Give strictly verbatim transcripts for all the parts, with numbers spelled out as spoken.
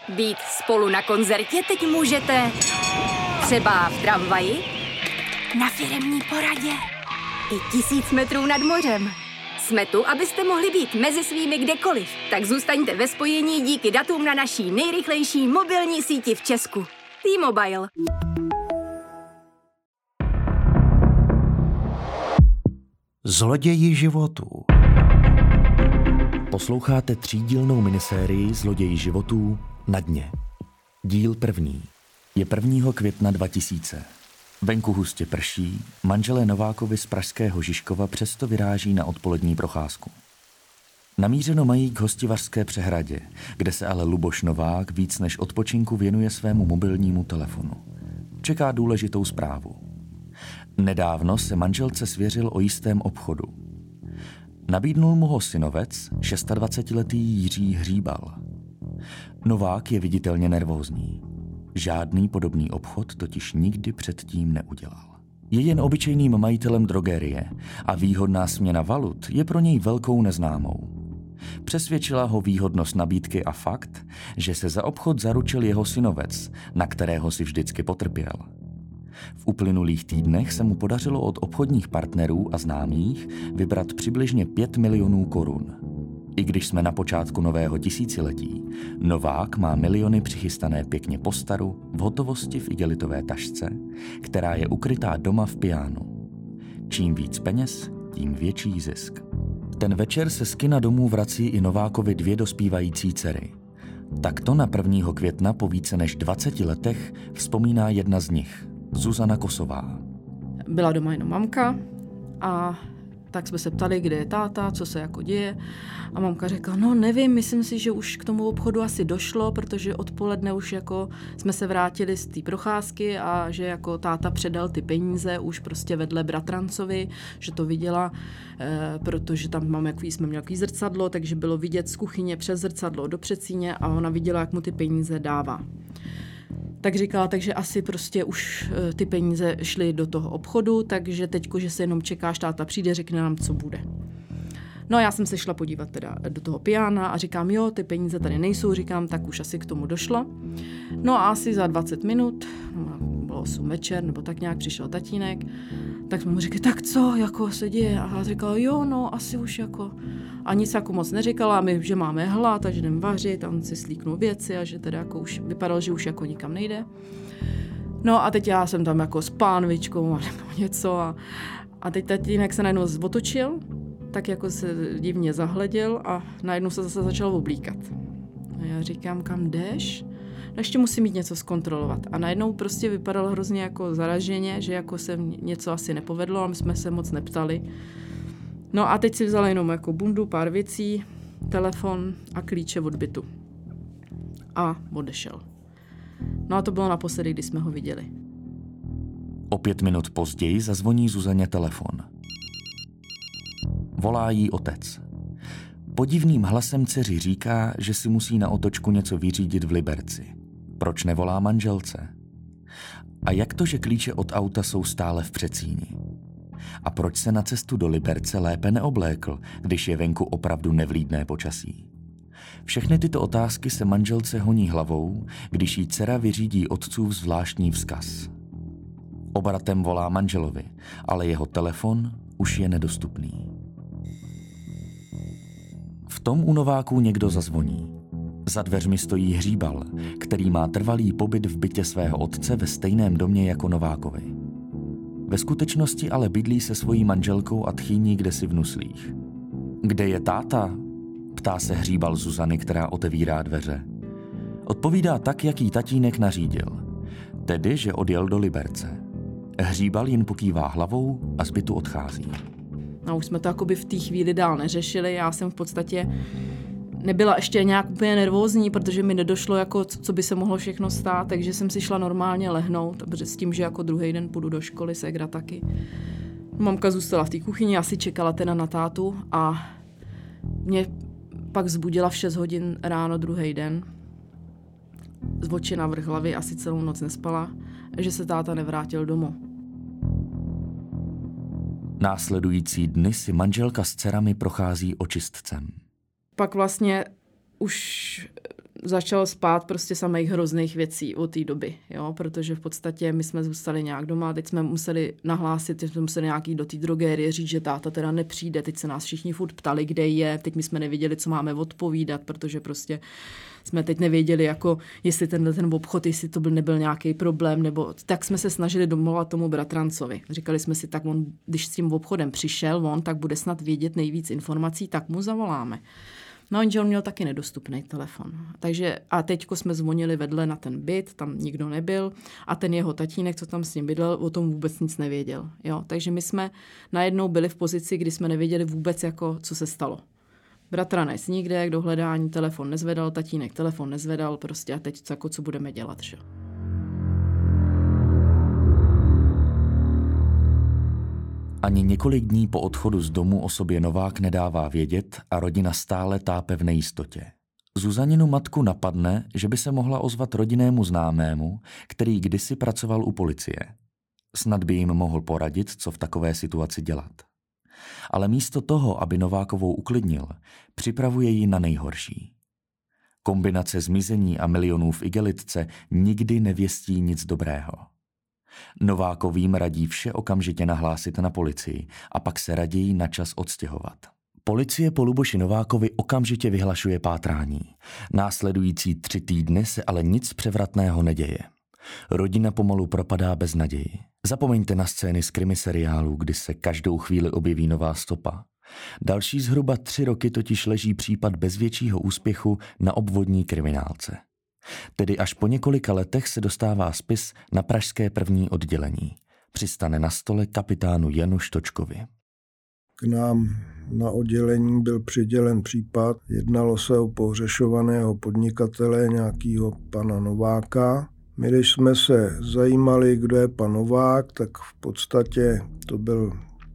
Být spolu na koncertě teď můžete třeba v tramvaji, na firemní poradě i tisíc metrů nad mořem. Jsme tu, abyste mohli být mezi svými kdekoliv. Tak zůstaňte ve spojení díky datům na naší nejrychlejší mobilní síti v Česku. T-Mobile. Zloději životů. Posloucháte třídílnou minisérii Zloději životů Na dně. Díl první. Je prvního května dva tisíce. Venku hustě prší, manželé Novákovi z pražského Žižkova přesto vyráží na odpolední procházku. Namířeno mají k Hostivařské přehradě, kde se ale Luboš Novák víc než odpočinku věnuje svému mobilnímu telefonu. Čeká důležitou zprávu. Nedávno se manželce svěřil o jistém obchodu. Nabídnul mu ho synovec, dvacetišestiletý Jiří Hříbal. Novák je viditelně nervózní. Žádný podobný obchod totiž nikdy předtím neudělal. Je jen obyčejným majitelem drogerie a výhodná směna valut je pro něj velkou neznámou. Přesvědčila ho výhodnost nabídky a fakt, že se za obchod zaručil jeho synovec, na kterého si vždycky potrpěl. V uplynulých týdnech se mu podařilo od obchodních partnerů a známých vybrat přibližně pět milionů korun. I když jsme na počátku nového tisíciletí, Novák má miliony přichystané pěkně po staru, v hotovosti v igelitové tašce, která je ukrytá doma v pijánu. Čím víc peněz, tím větší zisk. Ten večer se z kina domů vrací i Novákovi dvě dospívající dcery. Takto na prvního května po více než dvaceti letech vzpomíná jedna z nich, Zuzana Kosová. Byla doma jenom mamka a tak jsme se ptali, kde je táta, co se jako děje. A mamka řekla, no nevím, myslím si, že už k tomu obchodu asi došlo, protože odpoledne už jako jsme se vrátili z té procházky a že jako táta předal ty peníze už prostě vedle bratrancovi, že to viděla, e, protože tam mám jaký, jsme měli jaký zrcadlo, takže bylo vidět z kuchyně přes zrcadlo do předsíně a ona viděla, jak mu ty peníze dává. Tak říkala, takže asi prostě už ty peníze šly do toho obchodu, takže teďko, že se jenom čekáš, táta přijde, řekne nám, co bude. No a já jsem se šla podívat teda do toho pijána a říkám, jo, ty peníze tady nejsou, říkám, tak už asi k tomu došlo. No a asi za dvacet minut, bylo osm večer, nebo tak nějak přišel tatínek, tak jsme mu řekli, tak co, jako se děje? A já říkala, jo, no, asi už jako. A nic jako moc neříkala, my, že máme hlad a že jdem vařit a on si slíknul věci a že teda jako už vypadalo, že už jako nikam nejde. No a teď já jsem tam jako s pánvičkou a nebo něco a, a teď tatínek se najednou otočil, tak jako se divně zahleděl a najednou se zase začal oblíkat. A já říkám, kam jdeš? No ještě musím mít něco zkontrolovat. A najednou prostě vypadalo hrozně jako zaraženě, že jako se něco asi nepovedlo a my jsme se moc neptali. No a teď si vzal jenom jako bundu, pár věcí, telefon a klíče od bytu. A odešel. No a to bylo naposledy, kdy jsme ho viděli. O pět minut později zazvoní Zuzaně telefon. Volá jí otec. Podivným hlasem dceři říká, že si musí na otočku něco vyřídit v Liberci. Proč nevolá manželce? A jak to, že klíče od auta jsou stále v předsíni? A proč se na cestu do Liberce lépe neoblékl, když je venku opravdu nevlídné počasí? Všechny tyto otázky se manželce honí hlavou, když jí dcera vyřídí otcův zvláštní vzkaz. Obratem volá manželovi, ale jeho telefon už je nedostupný. V tom u Nováků někdo zazvoní. Za dveřmi stojí Hříbal, který má trvalý pobyt v bytě svého otce ve stejném domě jako Novákovi. Ve skutečnosti ale bydlí se svojí manželkou a tchýní kdesi v Nuslích. Kde je táta? Ptá se Hříbal Zuzany, která otevírá dveře. Odpovídá tak, jak jí tatínek nařídil. Tedy, že odjel do Liberce. Hříbal jen pokývá hlavou a z bytu odchází. No už jsme to jakoby v té chvíli dál neřešili. Já jsem v podstatě nebyla ještě nějak úplně nervózní, protože mi nedošlo, jako, co by se mohlo všechno stát, takže jsem si šla normálně lehnout, s tím, že jako druhý den půjdu do školy, ségra taky. Mamka zůstala v té kuchyni, asi čekala teda na tátu a mě pak vzbudila v šest hodin ráno druhý den. Z oči na vrch hlavy, asi celou noc nespala, že se táta nevrátil domů. Následující dny si manželka s dcerami prochází očistcem. Pak vlastně už začal spát prostě samých hrozných věcí od té doby, jo, protože v podstatě my jsme zůstali nějak doma, teď jsme museli nahlásit, že jsme museli nějaký do té drogérie říct, že táta teda nepřijde, teď se nás všichni furt ptali, kde je, teď my jsme nevěděli, co máme odpovídat, protože prostě jsme teď nevěděli, jako jestli tenhle ten obchod, jestli to byl, nebyl nějaký problém, nebo tak jsme se snažili domluvat tomu bratrancovi. Říkali jsme si, tak on, když s tím obchodem přišel, on tak bude snad vědět nejvíc informací, tak mu zavoláme. No, jenže on měl taky nedostupný telefon. Takže a teďko jsme zvonili vedle na ten byt, tam nikdo nebyl a ten jeho tatínek, co tam s ním bydlel, o tom vůbec nic nevěděl. Jo? Takže my jsme najednou byli v pozici, kdy jsme nevěděli vůbec, jako, co se stalo. Bratranec nikde, k dohledání telefon nezvedal, tatínek telefon nezvedal, prostě a teď jako, co budeme dělat, že? Ani několik dní po odchodu z domu o sobě Novák nedává vědět a rodina stále tápe v nejistotě. Zuzaninu matku napadne, že by se mohla ozvat rodinnému známému, který kdysi pracoval u policie. Snad by jim mohl poradit, co v takové situaci dělat. Ale místo toho, aby Novákovou uklidnil, připravuje ji na nejhorší. Kombinace zmizení a milionů v igelitce nikdy nevěstí nic dobrého. Novákovým radí vše okamžitě nahlásit na policii a pak se raději na čas odstěhovat. Policie po Luboši Novákovi okamžitě vyhlašuje pátrání. Následující tři týdny se ale nic převratného neděje. Rodina pomalu propadá bez naději. Zapomeňte na scény z krimiseriálů, kdy se každou chvíli objeví nová stopa. Další zhruba tři roky totiž leží případ bez většího úspěchu na obvodní kriminálce. Tedy až po několika letech se dostává spis na pražské první oddělení. Přistane na stole kapitánu Janu Štočkovi. K nám na oddělení byl přidělen případ. Jednalo se o pohřešovaného podnikatele, nějakého pana Nováka. My, když jsme se zajímali, kdo je pan Novák, tak v podstatě to byl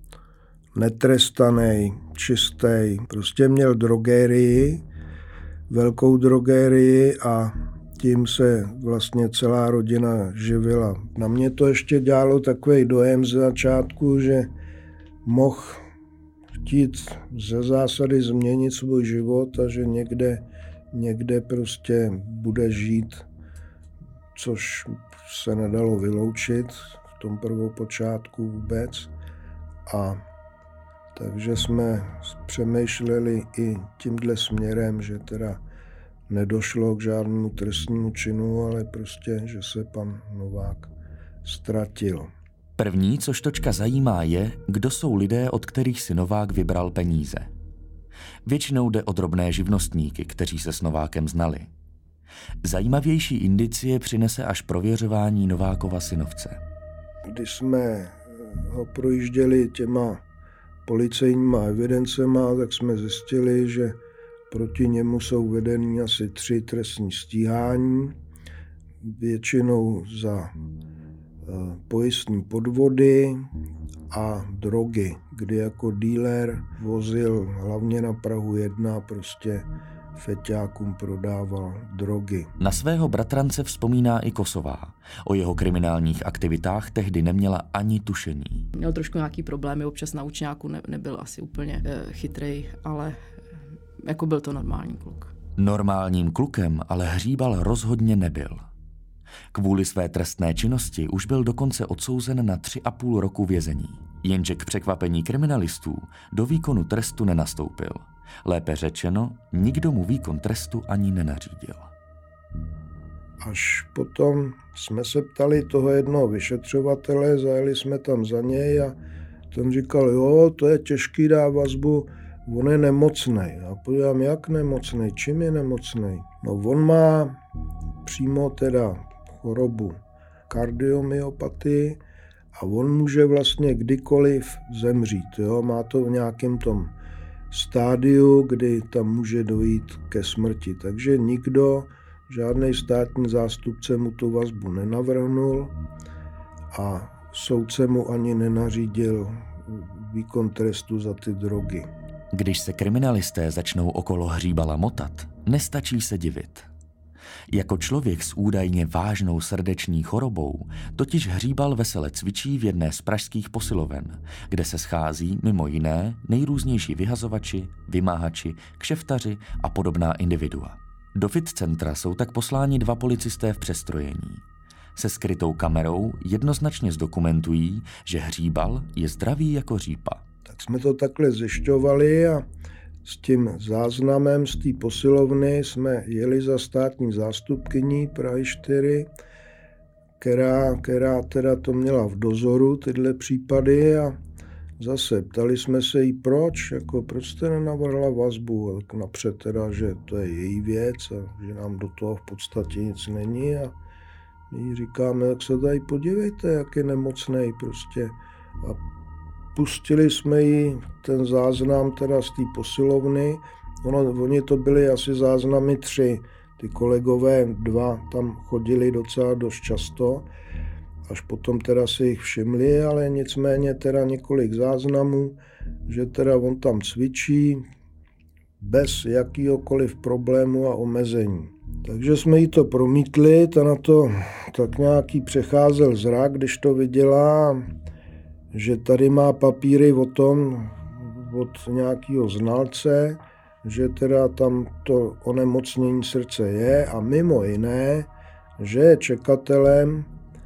netrestaný, čistý. Prostě měl drogérii, velkou drogérii a tím se vlastně celá rodina živila. Na mě to ještě dělalo takový dojem z začátku, že mohl chtít ze zásady změnit svůj život a že někde, někde prostě bude žít, což se nedalo vyloučit v tom prvopočátku vůbec. A takže jsme přemýšleli i tímhle směrem, že teda nedošlo k žádnému trestnímu činu, ale prostě, že se pan Novák ztratil. První, co Štočka zajímá, je, kdo jsou lidé, od kterých si Novák vybral peníze. Většinou jde o drobné živnostníky, kteří se s Novákem znali. Zajímavější indicie přinese až prověřování Novákova synovce. Když jsme ho projížděli těma policejníma evidencema, tak jsme zjistili, že proti němu jsou vedeny asi tři trestní stíhání, většinou za pojistní podvody a drogy, kdy jako dealer vozil hlavně na Prahu jedna, prostě feťákům prodával drogy. Na svého bratrance vzpomíná i Kosová. O jeho kriminálních aktivitách tehdy neměla ani tušení. Měl trošku nějaký problémy, občas na učňáku ne, nebyl asi úplně e, chytrej, ale jako byl to normální kluk. Normálním klukem ale Hříbal rozhodně nebyl. Kvůli své trestné činnosti už byl dokonce odsouzen na tři a půl roku vězení. Jenže k překvapení kriminalistů do výkonu trestu nenastoupil. Lépe řečeno, nikdo mu výkon trestu ani nenařídil. Až potom jsme se ptali toho jednoho vyšetřovatele, zajeli jsme tam za něj a ten říkal, jo, to je těžký, dá vazbu, on je nemocnej. A podívám, jak nemocnej, čím je nemocnej? No on má přímo teda chorobu kardiomyopatii a on může vlastně kdykoliv zemřít. Jo? Má to v nějakém tom stádiu, kdy tam může dojít ke smrti. Takže nikdo, žádný státní zástupce mu tu vazbu nenavrhnul a soudce mu ani nenařídil výkon trestu za ty drogy. Když se kriminalisté začnou okolo Hříbala motat, nestačí se divit. Jako člověk s údajně vážnou srdeční chorobou totiž Hříbal vesele cvičí v jedné z pražských posiloven, kde se schází mimo jiné nejrůznější vyhazovači, vymáhači, kšeftaři a podobná individua. Do fit centra jsou tak posláni dva policisté v přestrojení. Se skrytou kamerou jednoznačně zdokumentují, že Hříbal je zdravý jako řípa. Tak jsme to takhle zjišťovali a s tím záznamem z té posilovny jsme jeli za státní zástupkyní Prahy čtyři, která, která teda to měla v dozoru, tyhle případy, a zase ptali jsme se jí proč, jako proč jste nenavrhla vazbu, tak napřed teda, že to je její věc a že nám do toho v podstatě nic není, a my jí říkáme, jak se tady podívejte, jak je nemocnej prostě. A pustili jsme jí ten záznam teda z té posilovny. Ono, oni to byly asi záznamy tři. Ty kolegové dva tam chodili docela dost často, až potom teda si jich všimli, ale nicméně teda několik záznamů, že teda on tam cvičí bez jakýhokoliv problému a omezení. Takže jsme jí to promítli, ta na to tak nějaký přecházel zrak, když to viděla, že tady má papíry o tom od nějakého znalce, že teda tam to onemocnění srdce je a mimo jiné, že je čekatelem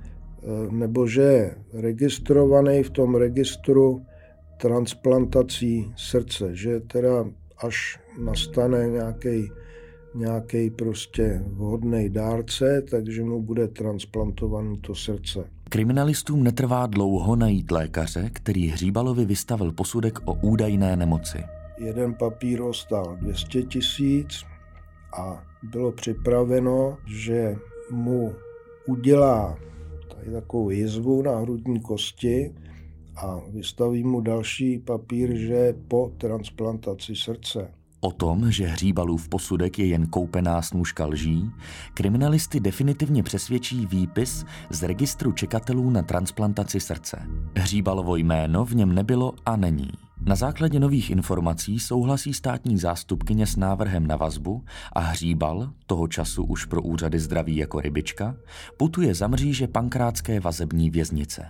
nebo že je registrovaný v tom registru transplantací srdce, že teda až nastane nějaký nějaký prostě vhodný dárce, takže mu bude transplantovaný to srdce. Kriminalistům netrvá dlouho najít lékaře, který Hříbalovi vystavil posudek o údajné nemoci. Jeden papír stál dvě stě tisíc a bylo připraveno, že mu udělá tady takovou jizvu na hrudní kosti a vystaví mu další papír, že po transplantaci srdce. O tom, že Hříbalův posudek je jen koupená snůška lží, kriminalisty definitivně přesvědčí výpis z registru čekatelů na transplantaci srdce. Hříbalovo jméno v něm nebylo a není. Na základě nových informací souhlasí státní zástupkyně s návrhem na vazbu a Hříbal, toho času už pro úřady zdraví jako rybička, putuje za mříže pankrátské vazební věznice.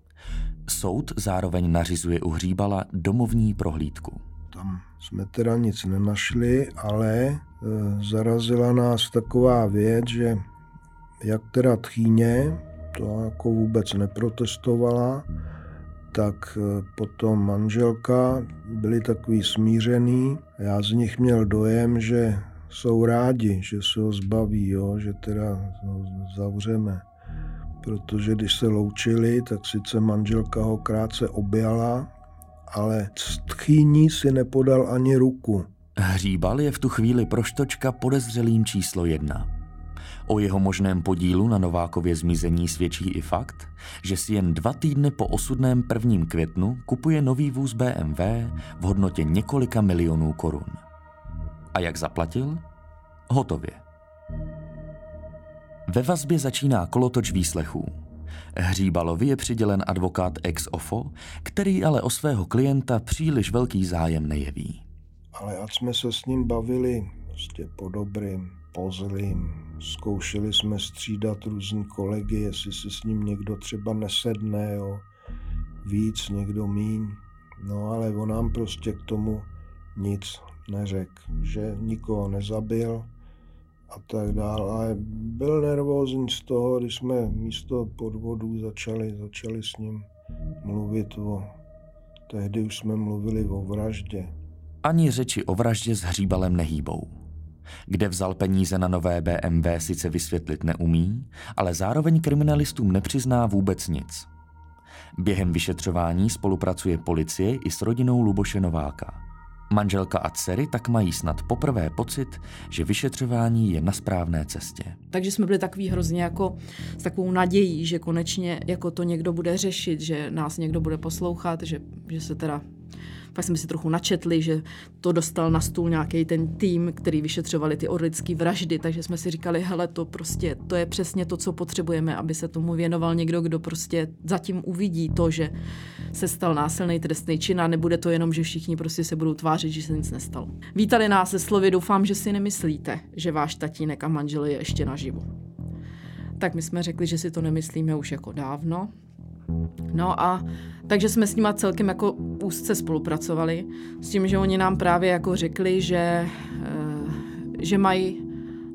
Soud zároveň nařizuje u Hříbala domovní prohlídku. Tam jsme teda nic nenašli, ale e, zarazila nás taková věc, že jak teda tchýně, to jako vůbec neprotestovala, tak e, potom manželka byli takový smířený. Já z nich měl dojem, že jsou rádi, že se ho zbaví, jo, že teda ho zavřeme. Protože když se loučili, tak sice manželka ho krátce objala, ale s tchýní si nepodal ani ruku. Hříbal je v tu chvíli pro Štočka podezřelým číslo jedna. O jeho možném podílu na Novákově zmizení svědčí i fakt, že si jen dva týdny po osudném prvním květnu kupuje nový vůz bé em vé v hodnotě několika milionů korun. A jak zaplatil? Hotově. Ve vazbě začíná kolotoč výslechů. Hříbalovi je přidělen advokát ex ofo, který ale o svého klienta příliš velký zájem nejeví. Ale ať jsme se s ním bavili prostě po dobrým, po zlým, zkoušeli jsme střídat různý kolegy, jestli si s ním někdo třeba nesedne, jo, víc, někdo míň. No ale on nám prostě k tomu nic neřekl, že nikoho nezabil a tak dále. Ale byl nervózní z toho, když jsme místo podvodů začali, začali s ním mluvit o... Tehdy už jsme mluvili o vraždě. Ani řeči o vraždě s Hříbalem nehýbou. Kde vzal peníze na nové bé em vé, sice vysvětlit neumí, ale zároveň kriminalistům nepřizná vůbec nic. Během vyšetřování spolupracuje policie i s rodinou Luboše Nováka. Manželka a dcery tak mají snad poprvé pocit, že vyšetřování je na správné cestě. Takže jsme byli takový hrozně jako s takovou nadějí, že konečně jako to někdo bude řešit, že nás někdo bude poslouchat, že, že se teda... Pak jsme si trochu načetli, že to dostal na stůl nějaký ten tým, který vyšetřovali ty orlické vraždy, takže jsme si říkali, hele, to prostě, to je přesně to, co potřebujeme, aby se tomu věnoval někdo, kdo prostě zatím uvidí to, že se stal násilný trestný čin a nebude to jenom, že všichni prostě se budou tvářit, že se nic nestalo. Vítali nás se slovy, doufám, že si nemyslíte, že váš tatínek a manžel je ještě naživu. Tak my jsme řekli, že si to nemyslíme už jako dávno. No a takže jsme s nima celkem jako úzce spolupracovali s tím, že oni nám právě jako řekli, že, že mají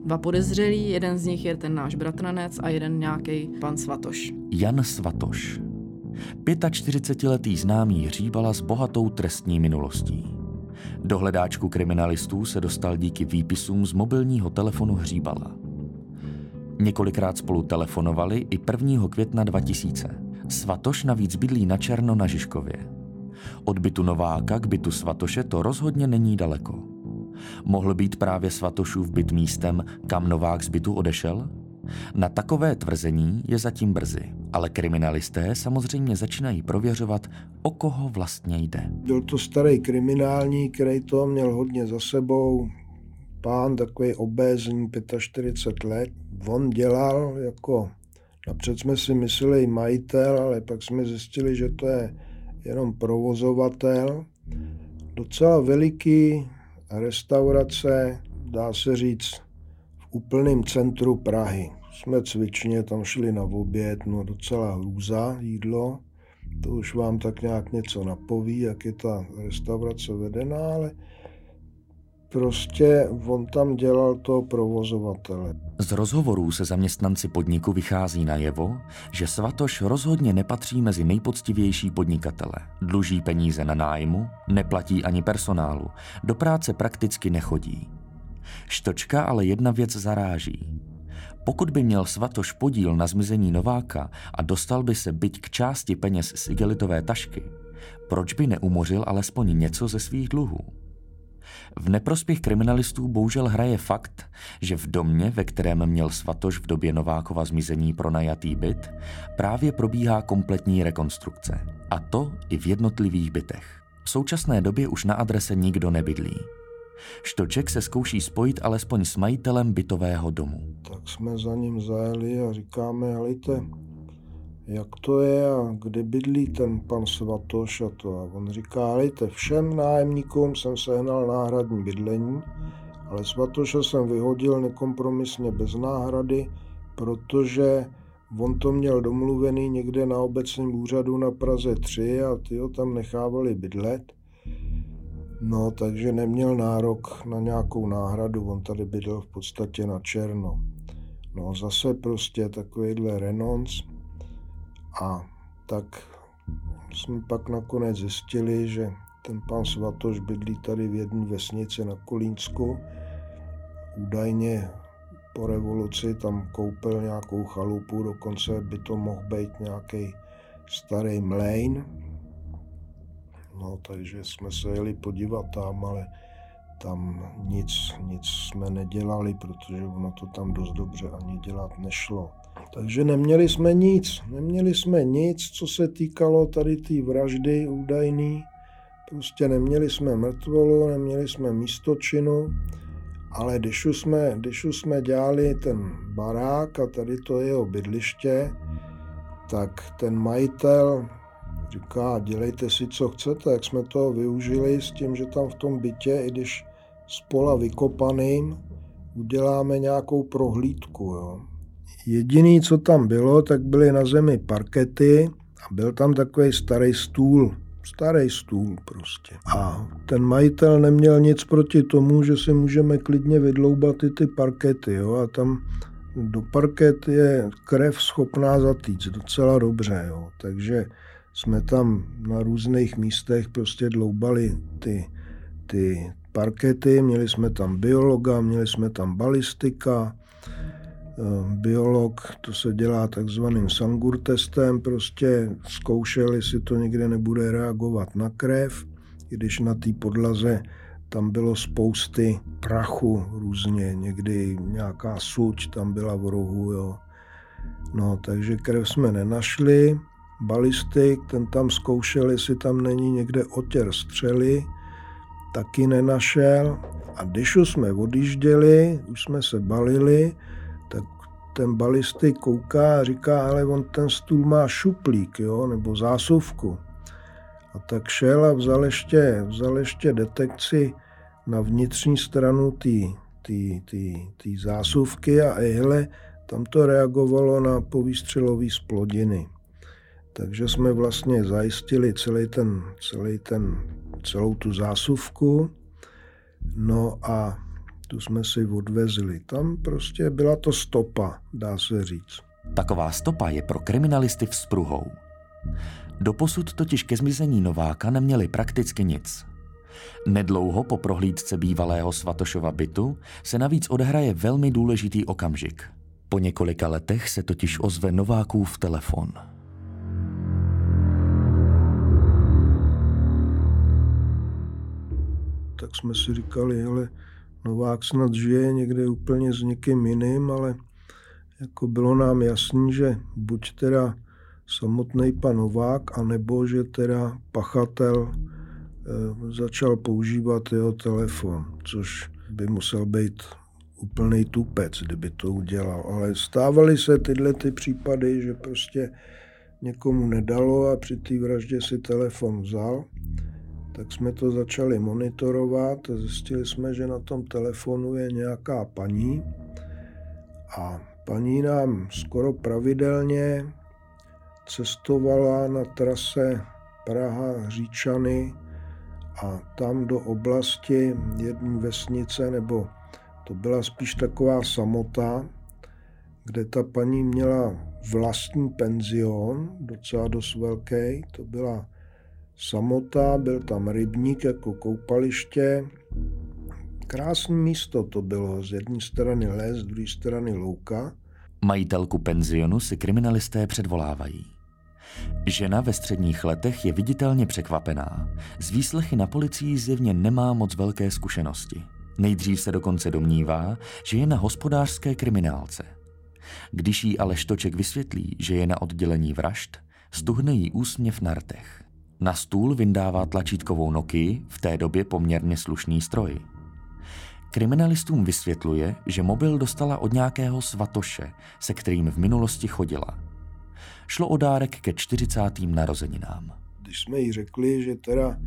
dva podezřelí, jeden z nich je ten náš bratranec a jeden nějaký pan Svatoš. Jan Svatoš. čtyřicetiletý známý Hříbala s bohatou trestní minulostí. Do hledáčku kriminalistů se dostal díky výpisům z mobilního telefonu Hříbala. Několikrát spolu telefonovali i prvního května dva tisíce. Svatoš navíc bydlí na černo na Žižkově. Od bytu Nováka k bytu Svatoše to rozhodně není daleko. Mohl být právě Svatošův byt místem, kam Novák z bytu odešel? Na takové tvrzení je zatím brzy, ale kriminalisté samozřejmě začínají prověřovat, o koho vlastně jde. Byl to starý kriminální, který to měl hodně za sebou. Pán takový obézní, čtyřicet pět let. On dělal jako, napřed jsme si mysleli majitel, ale pak jsme zjistili, že to je jenom provozovatel. Docela veliký restaurace, dá se říct, v úplném centru Prahy. Jsme cvičně tam šli na oběd, no docela hrůza jídlo. To už vám tak nějak něco napoví, jak je ta restaurace vedená, ale prostě on tam dělal toho provozovatele. Z rozhovorů se zaměstnanci podniku vychází najevo, že Svatoš rozhodně nepatří mezi nejpoctivější podnikatele. Dluží peníze na nájmu, neplatí ani personálu, do práce prakticky nechodí. Štočka ale jedna věc zaráží. Pokud by měl Svatoš podíl na zmizení Nováka a dostal by se byť k části peněz z igelitové tašky, proč by neumořil alespoň něco ze svých dluhů? V neprospěch kriminalistů bohužel hraje fakt, že v domě, ve kterém měl Svatoš v době Novákova zmizení pronajatý byt, právě probíhá kompletní rekonstrukce. A to i v jednotlivých bytech. V současné době už na adrese nikdo nebydlí. Štoček se zkouší spojit alespoň s majitelem bytového domu. Tak jsme za ním zajeli a říkáme, helejte, jak to je a kde bydlí ten pan Svatoš a to. A on říká, helejte, všem nájemníkům jsem sehnal náhradní bydlení, ale Svatoše jsem vyhodil nekompromisně bez náhrady, protože on to měl domluvený někde na obecním úřadu na Praze tři a ty ho tam nechávali bydlet. No, takže neměl nárok na nějakou náhradu, on tady bydlel v podstatě na černo. No, zase prostě takovýhle renonc. A tak jsme pak nakonec zjistili, že ten pan Svatoš bydlí tady v jedné vesnici na Kolínsku. Údajně po revoluci tam koupil nějakou chalupu, dokonce by to mohl být nějaký starý mlejn. No, takže jsme se jeli podívat tam, ale tam nic, nic jsme nedělali, protože ono to tam dost dobře ani dělat nešlo. Takže neměli jsme nic, neměli jsme nic, co se týkalo tady té vraždy údajný. Prostě neměli jsme mrtvolu, neměli jsme místočinu, ale když už jsme, když už jsme dělali ten barák a tady to jeho bydliště, tak ten majitel říká, dělejte si, co chcete, jak jsme toho využili s tím, že tam v tom bytě, i když z pola vykopaným, uděláme nějakou prohlídku. Jo. Jediný, co tam bylo, tak byly na zemi parkety a byl tam takový starý stůl. Starý stůl prostě. A ten majitel neměl nic proti tomu, že si můžeme klidně vydloubat i ty parkety. Jo. A tam do parket je krev schopná zatýct docela dobře. Jo. Takže jsme tam na různých místech prostě dloubali ty, ty parkety, měli jsme tam biologa, měli jsme tam balistika. Biolog, to se dělá takzvaným Sangur testem, prostě zkoušel, jestli to někde nebude reagovat na krev, i když na té podlaze tam bylo spousty prachu různě, někdy nějaká suť tam byla v rohu, jo. No, takže krev jsme nenašli. Balistik, ten tam zkoušel, jestli tam není někde otěr střely, taky nenašel. A když už jsme odjížděli, už jsme se balili, tak ten balistik kouká a říká, ale on ten stůl má šuplík, jo, nebo zásuvku. A tak šel a vzal ještě, vzal ještě detekci na vnitřní stranu té zásuvky a ejhle, tam to reagovalo na povýstřelové zplodiny. Takže jsme vlastně zajistili celý ten, celý ten, celou tu zásuvku. No a Tu jsme si odvezli. Tam prostě byla to stopa, dá se říct. Taková stopa je pro kriminalisty vzpruhou. Doposud totiž ke zmizení Nováka neměli prakticky nic. Nedlouho po prohlídce bývalého Svatošova bytu se navíc odehraje velmi důležitý okamžik. Po několika letech se totiž ozve Novákův telefon. Tak jsme si říkali, hele, Novák snad žije někde úplně s někým jiným, ale jako bylo nám jasný, že buď teda samotný pan Novák, anebo že teda pachatel e, začal používat jeho telefon, což by musel být úplnej tupec, kdyby to udělal. Ale stávaly se tyhle ty případy, že prostě někomu nedalo a při té vraždě si telefon vzal. Tak jsme to začali monitorovat a zjistili jsme, že na tom telefonu je nějaká paní a paní nám skoro pravidelně cestovala na trase Praha-Říčany a tam do oblasti jedné vesnice, nebo to byla spíš taková samota, kde ta paní měla vlastní penzion, docela dost velký, to byla samota, byl tam rybník jako koupaliště. Krásné místo to bylo, z jedné strany les, z druhé strany louka. Majitelku penzionu si kriminalisté předvolávají. Žena ve středních letech je viditelně překvapená. Z výslechy na policii zjevně nemá moc velké zkušenosti. Nejdřív se dokonce domnívá, že je na hospodářské kriminálce. Když jí ale Štoček vysvětlí, že je na oddělení vražd, stuhne jí úsměv na rtech. Na stůl vyndává tlačítkovou Nokii, v té době poměrně slušný stroj. Kriminalistům vysvětluje, že mobil dostala od nějakého Svatoše, se kterým v minulosti chodila. Šlo o dárek ke čtyřicátým narozeninám. Když jsme jí řekli, že teda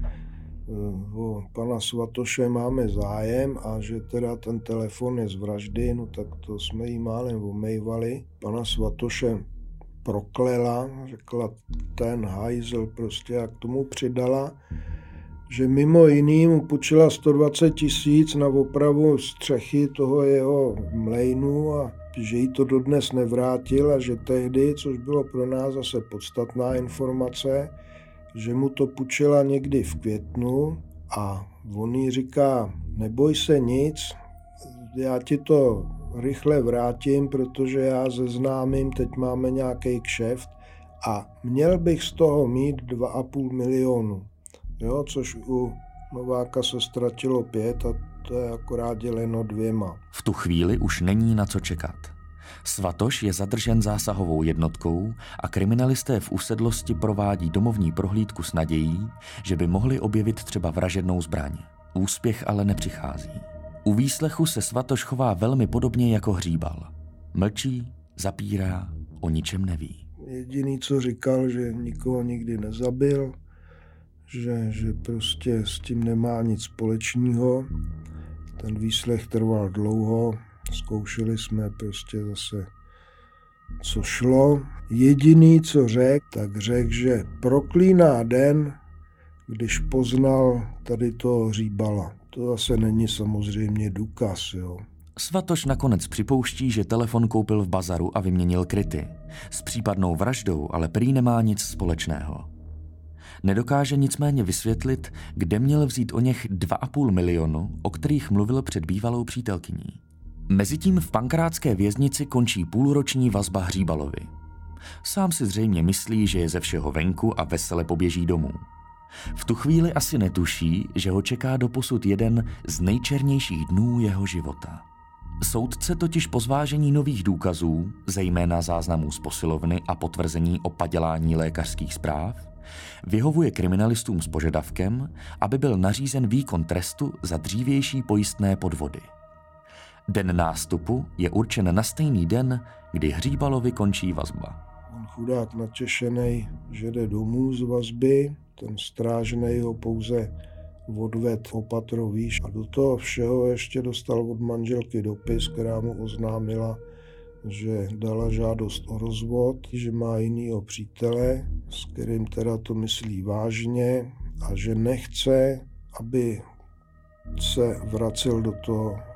o pana Svatoše máme zájem a že teda ten telefon je z vraždy, no tak to jsme jí málem omejvali. Pana Svatoše proklela, řekla ten hajzl prostě a k tomu přidala, že mimo jiný mu půjčila sto dvacet tisíc na opravu střechy toho jeho mlejnu a že jí to dodnes nevrátil a že tehdy, což bylo pro nás zase podstatná informace, že mu to půjčila někdy v květnu a on jí říká, neboj se nic, já ti to rychle vrátím, protože já se známým teď máme nějaký kšeft a měl bych z toho mít dva a půl milionu. Jo, což u Nováka se ztratilo pět a to je akorát děleno dvěma. V tu chvíli už není na co čekat. Svatoš je zadržen zásahovou jednotkou a kriminalisté v usedlosti provádí domovní prohlídku s nadějí, že by mohli objevit třeba vražednou zbraň. Úspěch ale nepřichází. U výslechu se Svatoš chová velmi podobně jako Hříbal. Mlčí, zapírá, o ničem neví. Jediný, co říkal, že nikoho nikdy nezabil, že, že prostě s tím nemá nic společného. Ten výslech trval dlouho, zkoušeli jsme prostě zase, co šlo. Jediný, co řekl, tak řekl, že proklíná den, když poznal tady toho Hříbala. To zase není samozřejmě důkaz, jo. Svatoš nakonec připouští, že telefon koupil v bazaru a vyměnil kryty. S případnou vraždou ale prý nemá nic společného. Nedokáže nicméně vysvětlit, kde měl vzít o něch dva a půl milionu, o kterých mluvil před bývalou přítelkyní. Mezitím v pankrátské věznici končí půlroční vazba Hříbalovi. Sám si zřejmě myslí, že je ze všeho venku a vesele poběží domů. V tu chvíli asi netuší, že ho čeká doposud jeden z nejčernějších dnů jeho života. Soudce totiž po zvážení nových důkazů, zejména záznamů z posilovny a potvrzení o padělání lékařských zpráv, vyhovuje kriminalistům s požadavkem, aby byl nařízen výkon trestu za dřívější pojistné podvody. Den nástupu je určen na stejný den, kdy Hříbalovi končí vazba. On chudák natěšenej, že jde domů z vazby, ten strážnej ho pouze odved o patro výš a do toho všeho ještě dostal od manželky dopis, která mu oznámila, že dala žádost o rozvod, že má jinýho přítele, s kterým teda to myslí vážně a že nechce, aby se vracel do toho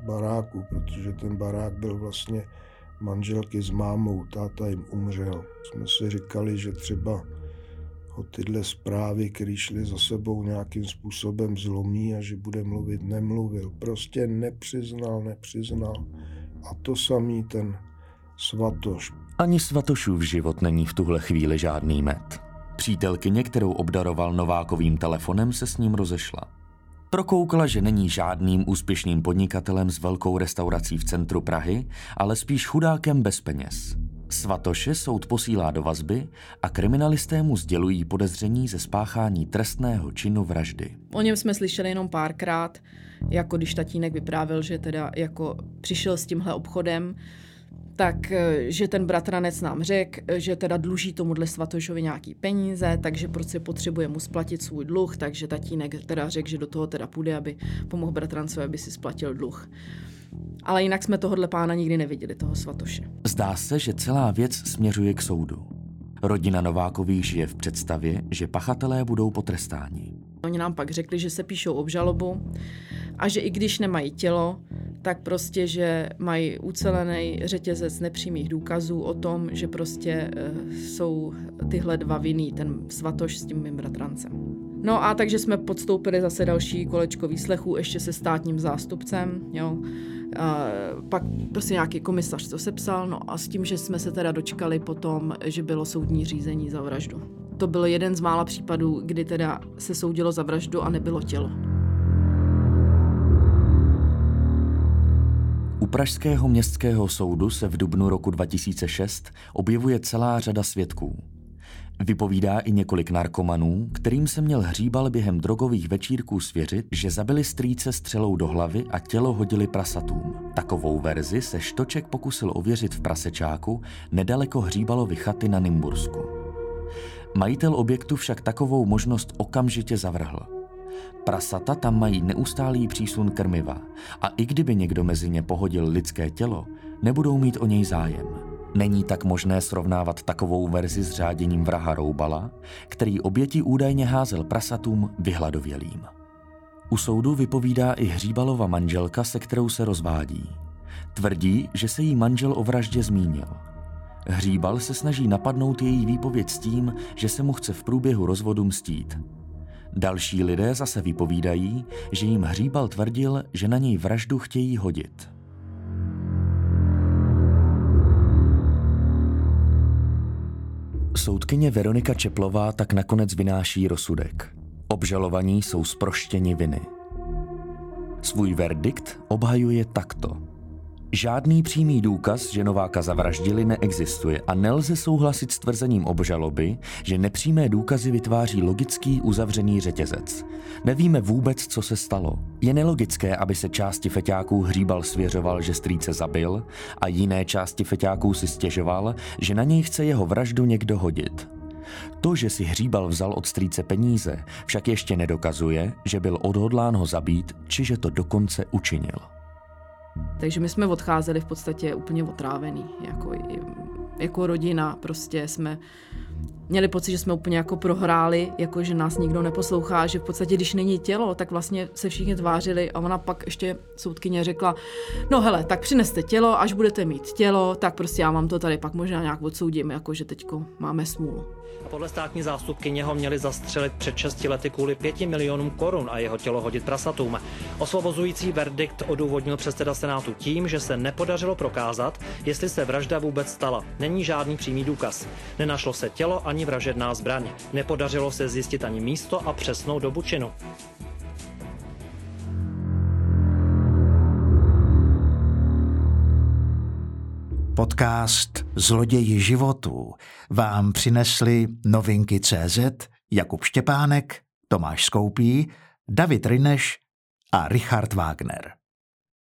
baráku, protože ten barák byl vlastně manželky s mámou, táta jim umřel. Jsme si říkali, že třeba o tyhle zprávy, které šly za sebou nějakým způsobem zlomí a že bude mluvit, nemluvil. Prostě nepřiznal, nepřiznal. A to samý ten Svatoš. Ani Svatošův život není v tuhle chvíli žádný med. Přítelkyně, kterou obdaroval Novákovým telefonem, se s ním rozešla. Prokoukla, že není žádným úspěšným podnikatelem s velkou restaurací v centru Prahy, ale spíš chudákem bez peněz. Svatoše soud posílá do vazby a kriminalisté mu sdělují podezření ze spáchání trestného činu vraždy. O něm jsme slyšeli jenom párkrát, jako když tatínek vyprávěl, že teda jako přišel s tímhle obchodem, tak že ten bratranec nám řekl, že teda dluží tomuhle Svatošovi nějaký peníze, takže prostě potřebuje mu splatit svůj dluh, takže tatínek teda řekl, že do toho teda půjde, aby pomohl bratrancovi, aby si splatil dluh. Ale jinak jsme tohohle pána nikdy neviděli, toho Svatoše. Zdá se, že celá věc směřuje k soudu. Rodina Novákových žije v představě, že pachatelé budou potrestáni. Oni nám pak řekli, že se píšou obžalobu a že i když nemají tělo, tak prostě, že mají ucelený řetězec nepřímých důkazů o tom, že prostě e, jsou tyhle dva vinný, ten Svatoš s tím mým bratrancem. No a takže jsme podstoupili zase další kolečko výslechů ještě se státním zástupcem, jo. A pak prostě nějaký komisař to sepsal, no a s tím, že jsme se teda dočkali potom, že bylo soudní řízení za vraždu. To byl jeden z mála případů, kdy teda se soudilo za vraždu a nebylo tělo. U pražského městského soudu se v dubnu roku dva tisíce šest objevuje celá řada svědků. Vypovídá i několik narkomanů, kterým se měl Hříbal během drogových večírků svěřit, že zabili strýce střelou do hlavy a tělo hodili prasatům. Takovou verzi se Štoček pokusil ověřit v prasečáku nedaleko Hříbalovy chaty na Nymbursku. Majitel objektu však takovou možnost okamžitě zavrhl. Prasata tam mají neustálý přísun krmiva a i kdyby někdo mezi ně pohodil lidské tělo, nebudou mít o něj zájem. Není tak možné srovnávat takovou verzi s řáděním vraha Roubala, který oběti údajně házel prasatům vyhladovělým. U soudu vypovídá i Hříbalova manželka, se kterou se rozvádí. Tvrdí, že se jí manžel o vraždě zmínil. Hříbal se snaží napadnout její výpověď s tím, že se mu chce v průběhu rozvodu mstít. Další lidé zase vypovídají, že jim Hříbal tvrdil, že na něj vraždu chtějí hodit. Soudkyně Veronika Čeplová tak nakonec vynáší rozsudek. Obžalovaní jsou zproštěni viny. Svůj verdikt obhajuje takto. Žádný přímý důkaz, že Nováka zavraždili, neexistuje a nelze souhlasit s tvrzením obžaloby, že nepřímé důkazy vytváří logický uzavřený řetězec. Nevíme vůbec, co se stalo. Je nelogické, aby se části feťáků Hříbal svěřoval, že strýce zabil, a jiné části feťáků si stěžoval, že na něj chce jeho vraždu někdo hodit. To, že si Hříbal vzal od strýce peníze, však ještě nedokazuje, že byl odhodlán ho zabít, či že to dokonce učinil. Takže my jsme odcházeli v podstatě úplně otrávený, jako, jako rodina, prostě jsme měli pocit, že jsme úplně jako prohráli, jako že nás nikdo neposlouchá, že v podstatě, když není tělo, tak vlastně se všichni tvářili a ona pak ještě soudkyně řekla, no hele, tak přineste tělo, až budete mít tělo, tak prostě já vám to tady pak možná nějak odsoudím, jako že teďko máme smůlu. Podle státní zástupkyně ho měli zastřelit před šesti lety kvůli pěti milionům korun a jeho tělo hodit prasatům. Osvobozující verdikt odůvodnil předseda Senátu tím, že se nepodařilo prokázat, jestli se vražda vůbec stala. Není žádný přímý důkaz. Nenašlo se tělo ani vražedná zbraň. Nepodařilo se zjistit ani místo a přesnou dobu činu. Podcast Zloději životů vám přinesli Novinky tečka cé zet, Jakub Štěpánek, Tomáš Skoupí, David Ryneš a Richard Wagner.